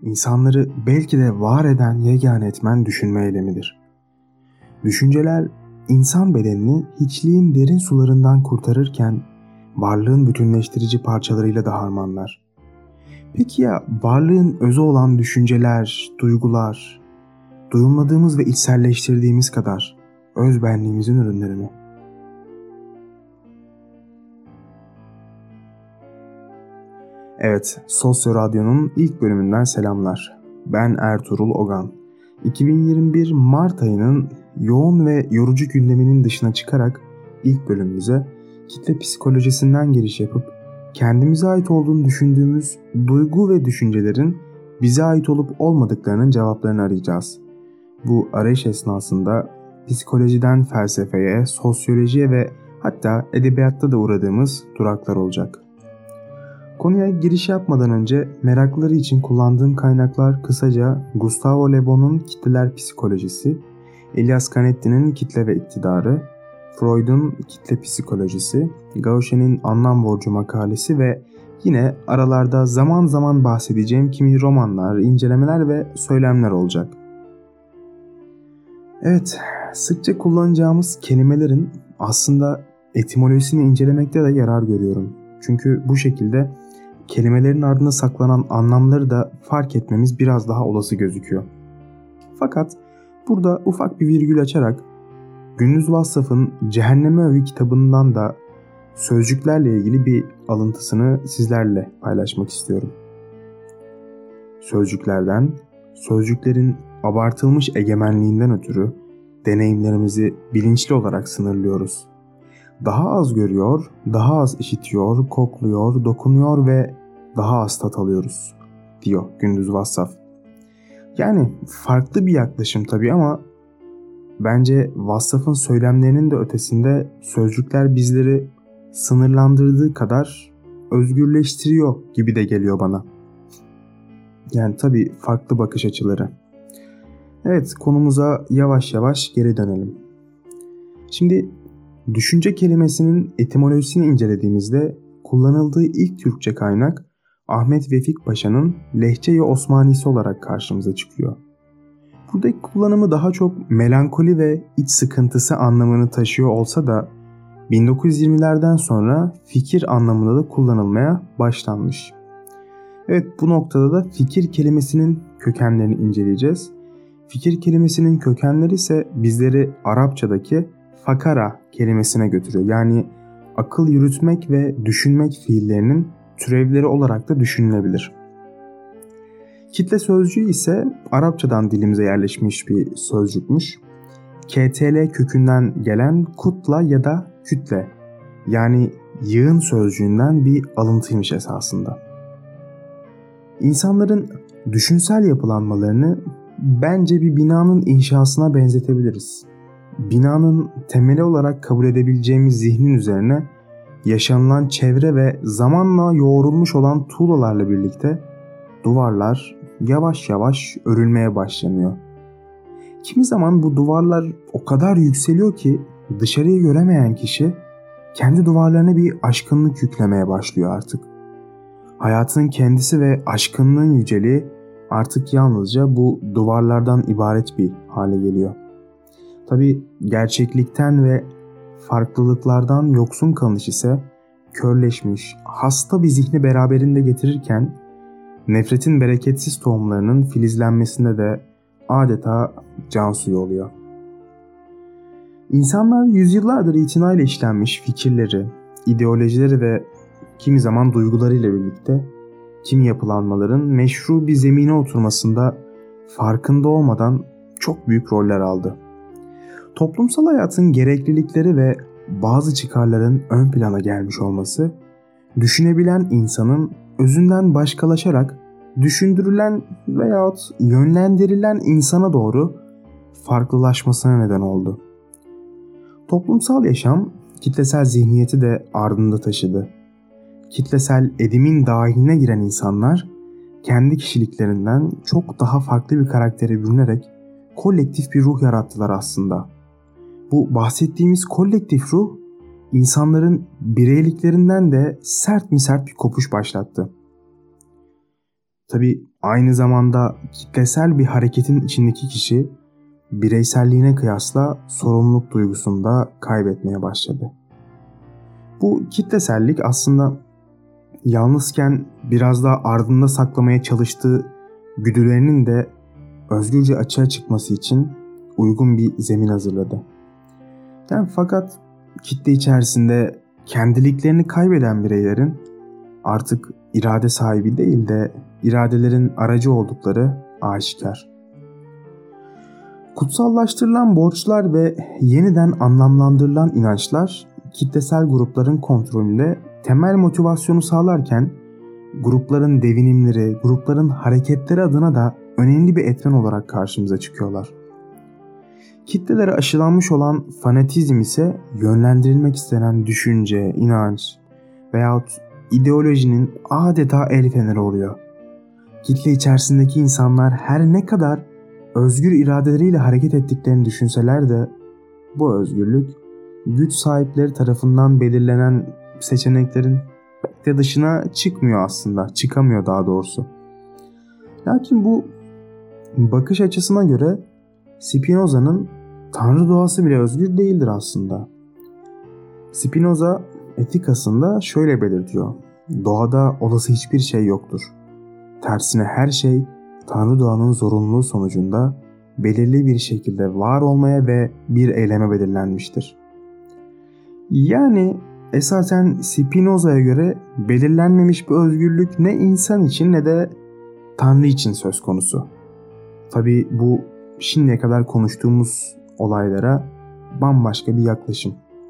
insanları belki de var eden yegane etmen düşünme eylemidir. Düşünceler insan bedenini hiçliğin derin sularından kurtarırken varlığın bütünleştirici parçalarıyla da harmanlar. Peki ya varlığın özü olan düşünceler, duygular, duyumladığımız ve içselleştirdiğimiz kadar öz benliğimizin ürünleri mi? Evet, Sosyo Radyo'nun ilk bölümünden selamlar. Ben Ertuğrul Ogan. 2021 Mart ayının yoğun ve yorucu gündeminin dışına çıkarak ilk bölümümüze kitle psikolojisinden giriş yapıp kendimize ait olduğunu düşündüğümüz duygu ve düşüncelerin bize ait olup olmadıklarının cevaplarını arayacağız. Bu arayış esnasında psikolojiden felsefeye, sosyolojiye ve hatta edebiyatta da uğradığımız duraklar olacak. Konuya giriş yapmadan önce merakları için kullandığım kaynaklar kısaca Gustavo Le Bon'un Kitleler Psikolojisi, Elias Canetti'nin Kitle ve İktidarı, Freud'un Kitle Psikolojisi, Gauchet'in Anlam Borcu makalesi ve yine aralarda zaman zaman bahsedeceğim kimi romanlar, incelemeler ve söylemler olacak. Evet, sıkça kullanacağımız kelimelerin aslında etimolojisini incelemekte de yarar görüyorum. Çünkü bu şekilde kelimelerin ardında saklanan anlamları da fark etmemiz biraz daha olası gözüküyor. Fakat burada ufak bir virgül açarak Gündüz Vassaf'ın Cehenneme Övü kitabından da sözcüklerle ilgili bir alıntısını sizlerle paylaşmak istiyorum. Sözcüklerden, sözcüklerin abartılmış egemenliğinden ötürü deneyimlerimizi bilinçli olarak sınırlıyoruz. Daha az görüyor, daha az işitiyor, kokluyor, dokunuyor ve daha az tat alıyoruz, diyor Gündüz Vassaf. Yani farklı bir yaklaşım tabii ama bence Vassaf'ın söylemlerinin de ötesinde sözcükler bizleri sınırlandırdığı kadar özgürleştiriyor gibi de geliyor bana. Yani tabii farklı bakış açıları. Evet, konumuza yavaş yavaş geri dönelim. Şimdi düşünce kelimesinin etimolojisini incelediğimizde kullanıldığı ilk Türkçe kaynak Ahmet Vefik Paşa'nın Lehçe-i Osmanisi olarak karşımıza çıkıyor. Buradaki kullanımı daha çok melankoli ve iç sıkıntısı anlamını taşıyor olsa da 1920'lerden sonra fikir anlamında da kullanılmaya başlanmış. Evet, bu noktada da fikir kelimesinin kökenlerini inceleyeceğiz. Fikir kelimesinin kökenleri ise bizleri Arapçadaki fakara kelimesine götürüyor. Yani akıl yürütmek ve düşünmek fiillerinin türevleri olarak da düşünülebilir. Kitle sözcüğü ise Arapçadan dilimize yerleşmiş bir sözcükmüş. KTL kökünden gelen kutla ya da kütle, yani yığın sözcüğünden bir alıntıymış esasında. İnsanların düşünsel yapılanmalarını bence bir binanın inşasına benzetebiliriz. Binanın temeli olarak kabul edebileceğimiz zihnin üzerine yaşanılan çevre ve zamanla yoğrulmuş olan tuğlalarla birlikte duvarlar yavaş yavaş örülmeye başlanıyor. Kimi zaman bu duvarlar o kadar yükseliyor ki dışarıyı göremeyen kişi kendi duvarlarına bir aşkınlık yüklemeye başlıyor artık. Hayatın kendisi ve aşkınlığın yüceliği artık yalnızca bu duvarlardan ibaret bir hale geliyor. Tabii gerçeklikten ve farklılıklardan yoksun kalış ise körleşmiş, hasta bir zihni beraberinde getirirken nefretin bereketsiz tohumlarının filizlenmesinde de adeta can suyu oluyor. İnsanlar yüzyıllardır itinayla işlenmiş fikirleri, ideolojileri ve kimi zaman duygularıyla birlikte kimi yapılanmaların meşru bir zemine oturmasında farkında olmadan çok büyük roller aldı. Toplumsal hayatın gereklilikleri ve bazı çıkarların ön plana gelmiş olması, düşünebilen insanın özünden başkalaşarak düşündürülen veyahut yönlendirilen insana doğru farklılaşmasına neden oldu. Toplumsal yaşam kitlesel zihniyeti de ardında taşıdı. Kitlesel edimin dahiline giren insanlar kendi kişiliklerinden çok daha farklı bir karaktere bürünerek kolektif bir ruh yarattılar aslında. Bu bahsettiğimiz kolektif ruh insanların bireyliklerinden de sert bir kopuş başlattı. Tabii aynı zamanda kitlesel bir hareketin içindeki kişi bireyselliğine kıyasla sorumluluk duygusunu da kaybetmeye başladı. Bu kitlesellik aslında yalnızken biraz daha ardında saklamaya çalıştığı güdülerinin de özgürce açığa çıkması için uygun bir zemin hazırladı. Fakat kitle içerisinde kendiliklerini kaybeden bireylerin artık irade sahibi değil de iradelerin aracı oldukları aşikar. Kutsallaştırılan borçlar ve yeniden anlamlandırılan inançlar kitlesel grupların kontrolünde temel motivasyonu sağlarken grupların devinimleri, grupların hareketleri adına da önemli bir etmen olarak karşımıza çıkıyorlar. Kitlelere aşılanmış olan fanatizm ise yönlendirilmek istenen düşünce, inanç veyahut ideolojinin adeta el feneri oluyor. Kitle içerisindeki insanlar her ne kadar özgür iradeleriyle hareket ettiklerini düşünseler de bu özgürlük güç sahipleri tarafından belirlenen seçeneklerin pek de dışına çıkmıyor aslında, çıkamıyor daha doğrusu. Lakin bu bakış açısına göre Spinoza'nın Tanrı doğası bile özgür değildir aslında. Spinoza Etikasında şöyle belirtiyor: doğada olası hiçbir şey yoktur. Tersine her şey Tanrı doğanın zorunluluğu sonucunda belirli bir şekilde var olmaya ve bir eyleme belirlenmiştir. Yani esasen Spinoza'ya göre belirlenmemiş bir özgürlük ne insan için ne de Tanrı için söz konusu. Tabii bu şimdiye kadar konuştuğumuz olaylara bambaşka bir yaklaşım.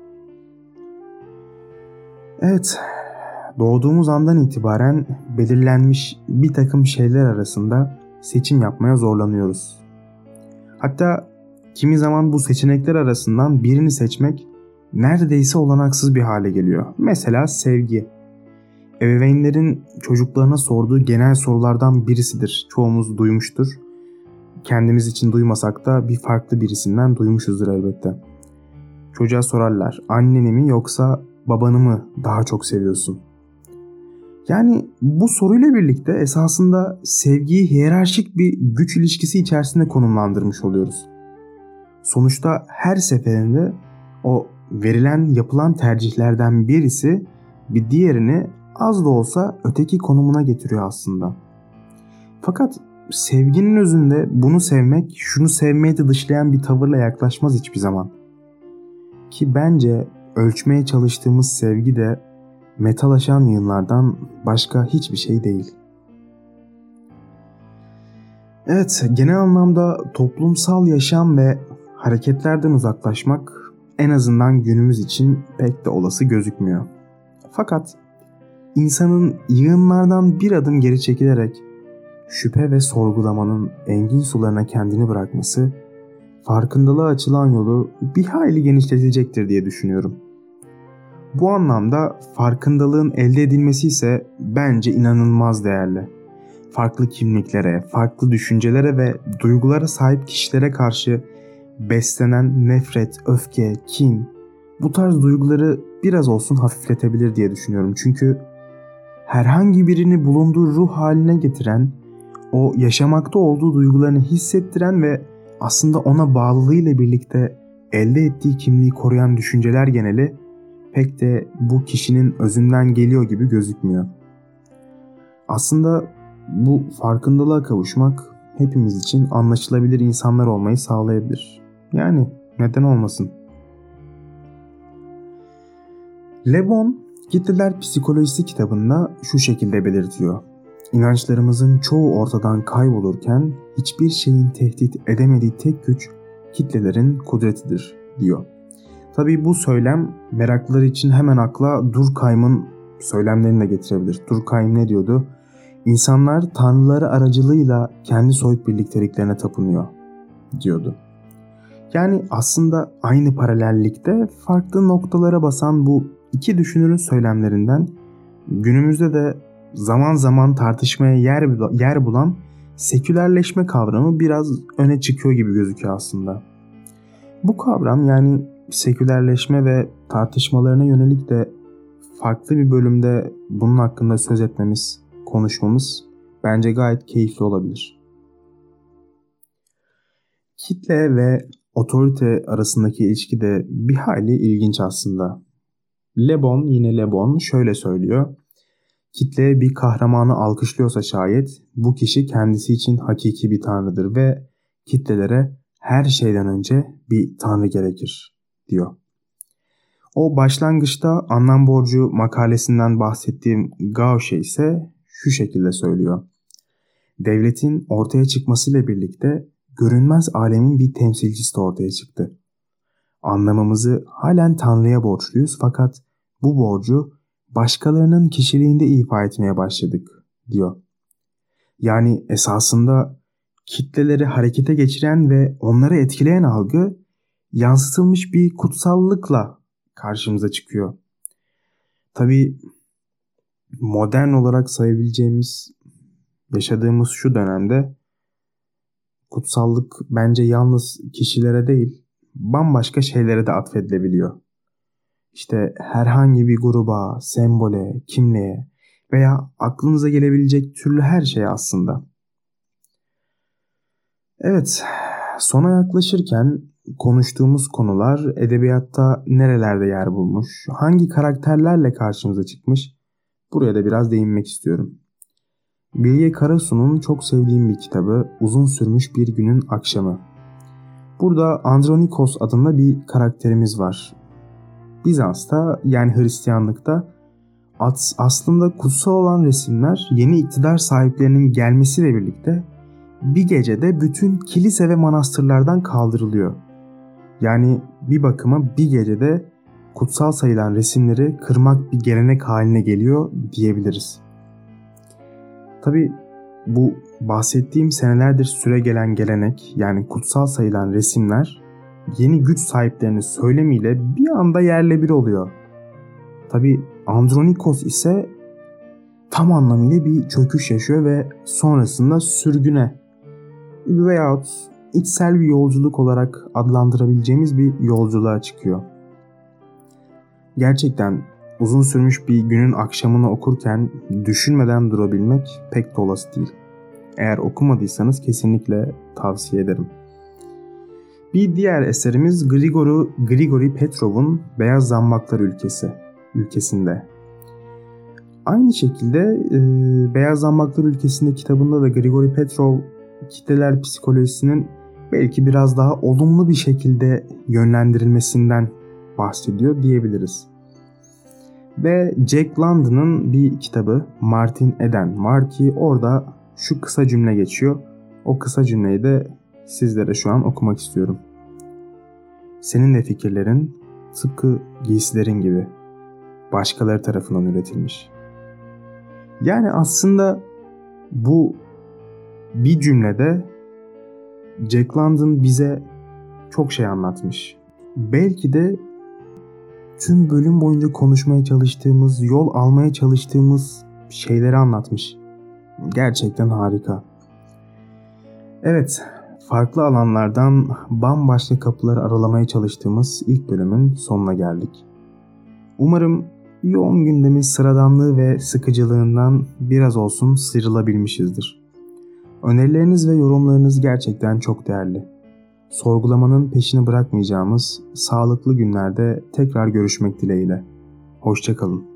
Evet, doğduğumuz andan itibaren belirlenmiş bir takım şeyler arasında seçim yapmaya zorlanıyoruz. Hatta kimi zaman bu seçenekler arasından birini seçmek neredeyse olanaksız bir hale geliyor. Mesela sevgi. Ebeveynlerin çocuklarına sorduğu genel sorulardan birisidir. Çoğumuz duymuştur. Kendimiz için duymasak da bir farklı birisinden duymuşuzdur elbette. Çocuğa sorarlar: anneni mi yoksa babanı mı daha çok seviyorsun? Yani bu soruyla birlikte esasında sevgiyi hiyerarşik bir güç ilişkisi içerisinde konumlandırmış oluyoruz. Sonuçta her seferinde o yapılan tercihlerden birisi bir diğerini az da olsa öteki konumuna getiriyor aslında. Fakat sevginin özünde bunu sevmek, şunu sevmeyi de dışlayan bir tavırla yaklaşmaz hiçbir zaman. Ki bence ölçmeye çalıştığımız sevgi de metalaşan yığınlardan başka hiçbir şey değil. Evet, genel anlamda toplumsal yaşam ve hareketlerden uzaklaşmak en azından günümüz için pek de olası gözükmüyor. Fakat insanın yığınlardan bir adım geri çekilerek şüphe ve sorgulamanın engin sularına kendini bırakması, farkındalığa açılan yolu bir hayli genişletecektir diye düşünüyorum. Bu anlamda farkındalığın elde edilmesi ise bence inanılmaz değerli. Farklı kimliklere, farklı düşüncelere ve duygulara sahip kişilere karşı beslenen nefret, öfke, kin, bu tarz duyguları biraz olsun hafifletebilir diye düşünüyorum. Çünkü herhangi birini bulunduğu ruh haline getiren, o yaşamakta olduğu duygularını hissettiren ve aslında ona bağlılığıyla birlikte elde ettiği kimliği koruyan düşünceler geneli pek de bu kişinin özünden geliyor gibi gözükmüyor. Aslında bu farkındalığa kavuşmak hepimiz için anlaşılabilir insanlar olmayı sağlayabilir. Yani neden olmasın? Le Bon, Kitleler Psikolojisi kitabında şu şekilde belirtiyor: İnançlarımızın çoğu ortadan kaybolurken hiçbir şeyin tehdit edemediği tek güç kitlelerin kudretidir diyor. Tabii bu söylem meraklıları için hemen akla Durkheim'in söylemlerini de getirebilir. Durkheim ne diyordu? İnsanlar tanrıları aracılığıyla kendi soyut birlikteliklerine tapınıyor diyordu. Yani aslında aynı paralellikte farklı noktalara basan bu iki düşünürün söylemlerinden günümüzde de zaman zaman tartışmaya yer bulan sekülerleşme kavramı biraz öne çıkıyor gibi gözüküyor aslında. Bu kavram, yani sekülerleşme ve tartışmalarına yönelik de farklı bir bölümde bunun hakkında söz etmemiz, konuşmamız Bence gayet keyifli olabilir. Kitle ve otorite arasındaki ilişki de bir hayli ilginç aslında. Yine Le Bon şöyle söylüyor. Kitle bir kahramanı alkışlıyorsa şayet bu kişi kendisi için hakiki bir tanrıdır ve kitlelere her şeyden önce bir tanrı gerekir diyor. O başlangıçta anlam borcu makalesinden bahsettiğim Gauche ise şu şekilde söylüyor. Devletin ortaya çıkmasıyla birlikte görünmez alemin bir temsilcisi de ortaya çıktı. Anlamımızı halen Tanrı'ya borçluyuz fakat bu borcu başkalarının kişiliğinde ifa etmeye başladık diyor. Yani esasında kitleleri harekete geçiren ve onları etkileyen algı yansıtılmış bir kutsallıkla karşımıza çıkıyor. Tabii modern olarak sayabileceğimiz, yaşadığımız şu dönemde kutsallık bence yalnız kişilere değil, bambaşka şeylere de atfedilebiliyor. İşte herhangi bir gruba, sembole, kimliğe veya aklınıza gelebilecek türlü her şeye aslında. Evet, sona yaklaşırken konuştuğumuz konular edebiyatta nerelerde yer bulmuş, hangi karakterlerle karşımıza çıkmış, buraya da biraz değinmek istiyorum. Bilge Karasu'nun çok sevdiğim bir kitabı Uzun Sürmüş Bir Günün Akşamı. Burada Andronikos adında bir karakterimiz var. Bizans'ta yani Hristiyanlıkta aslında kutsal olan resimler yeni iktidar sahiplerinin gelmesiyle birlikte bir gecede bütün kilise ve manastırlardan kaldırılıyor. Yani bir bakıma bir gecede kutsal sayılan resimleri kırmak bir gelenek haline geliyor diyebiliriz. Tabii bu bahsettiğim senelerdir süregelen gelenek yani kutsal sayılan resimler yeni güç sahiplerinin söylemiyle bir anda yerle bir oluyor. Tabii Andronikos ise tam anlamıyla bir çöküş yaşıyor ve sonrasında sürgüne veyahut içsel bir yolculuk olarak adlandırabileceğimiz bir yolculuğa çıkıyor. Gerçekten uzun sürmüş bir günün akşamını okurken düşünmeden durabilmek pek de olası değil. Eğer okumadıysanız kesinlikle tavsiye ederim. Bir diğer eserimiz Grigori Petrov'un Beyaz Zambaklar ülkesinde. Aynı şekilde Beyaz Zambaklar ülkesinde kitabında da Grigori Petrov kitleler psikolojisinin belki biraz daha olumlu bir şekilde yönlendirilmesinden bahsediyor diyebiliriz. Ve Jack London'ın bir kitabı Martin Eden var ki orada şu kısa cümle geçiyor. O kısa cümleyi de sizlere şu an okumak istiyorum. Senin de fikirlerin tıpkı giysilerin gibi başkaları tarafından üretilmiş. Yani aslında bu bir cümlede Jack London bize çok şey anlatmış. Belki de tüm bölüm boyunca konuşmaya çalıştığımız, yol almaya çalıştığımız şeyleri anlatmış. Gerçekten harika. Evet, farklı alanlardan bambaşka kapıları aralamaya çalıştığımız ilk bölümün sonuna geldik. Umarım yoğun gündemin sıradanlığı ve sıkıcılığından biraz olsun sıyrılabilmişizdir. Önerileriniz ve yorumlarınız gerçekten çok değerli. Sorgulamanın peşini bırakmayacağımız sağlıklı günlerde tekrar görüşmek dileğiyle. Hoşça kalın.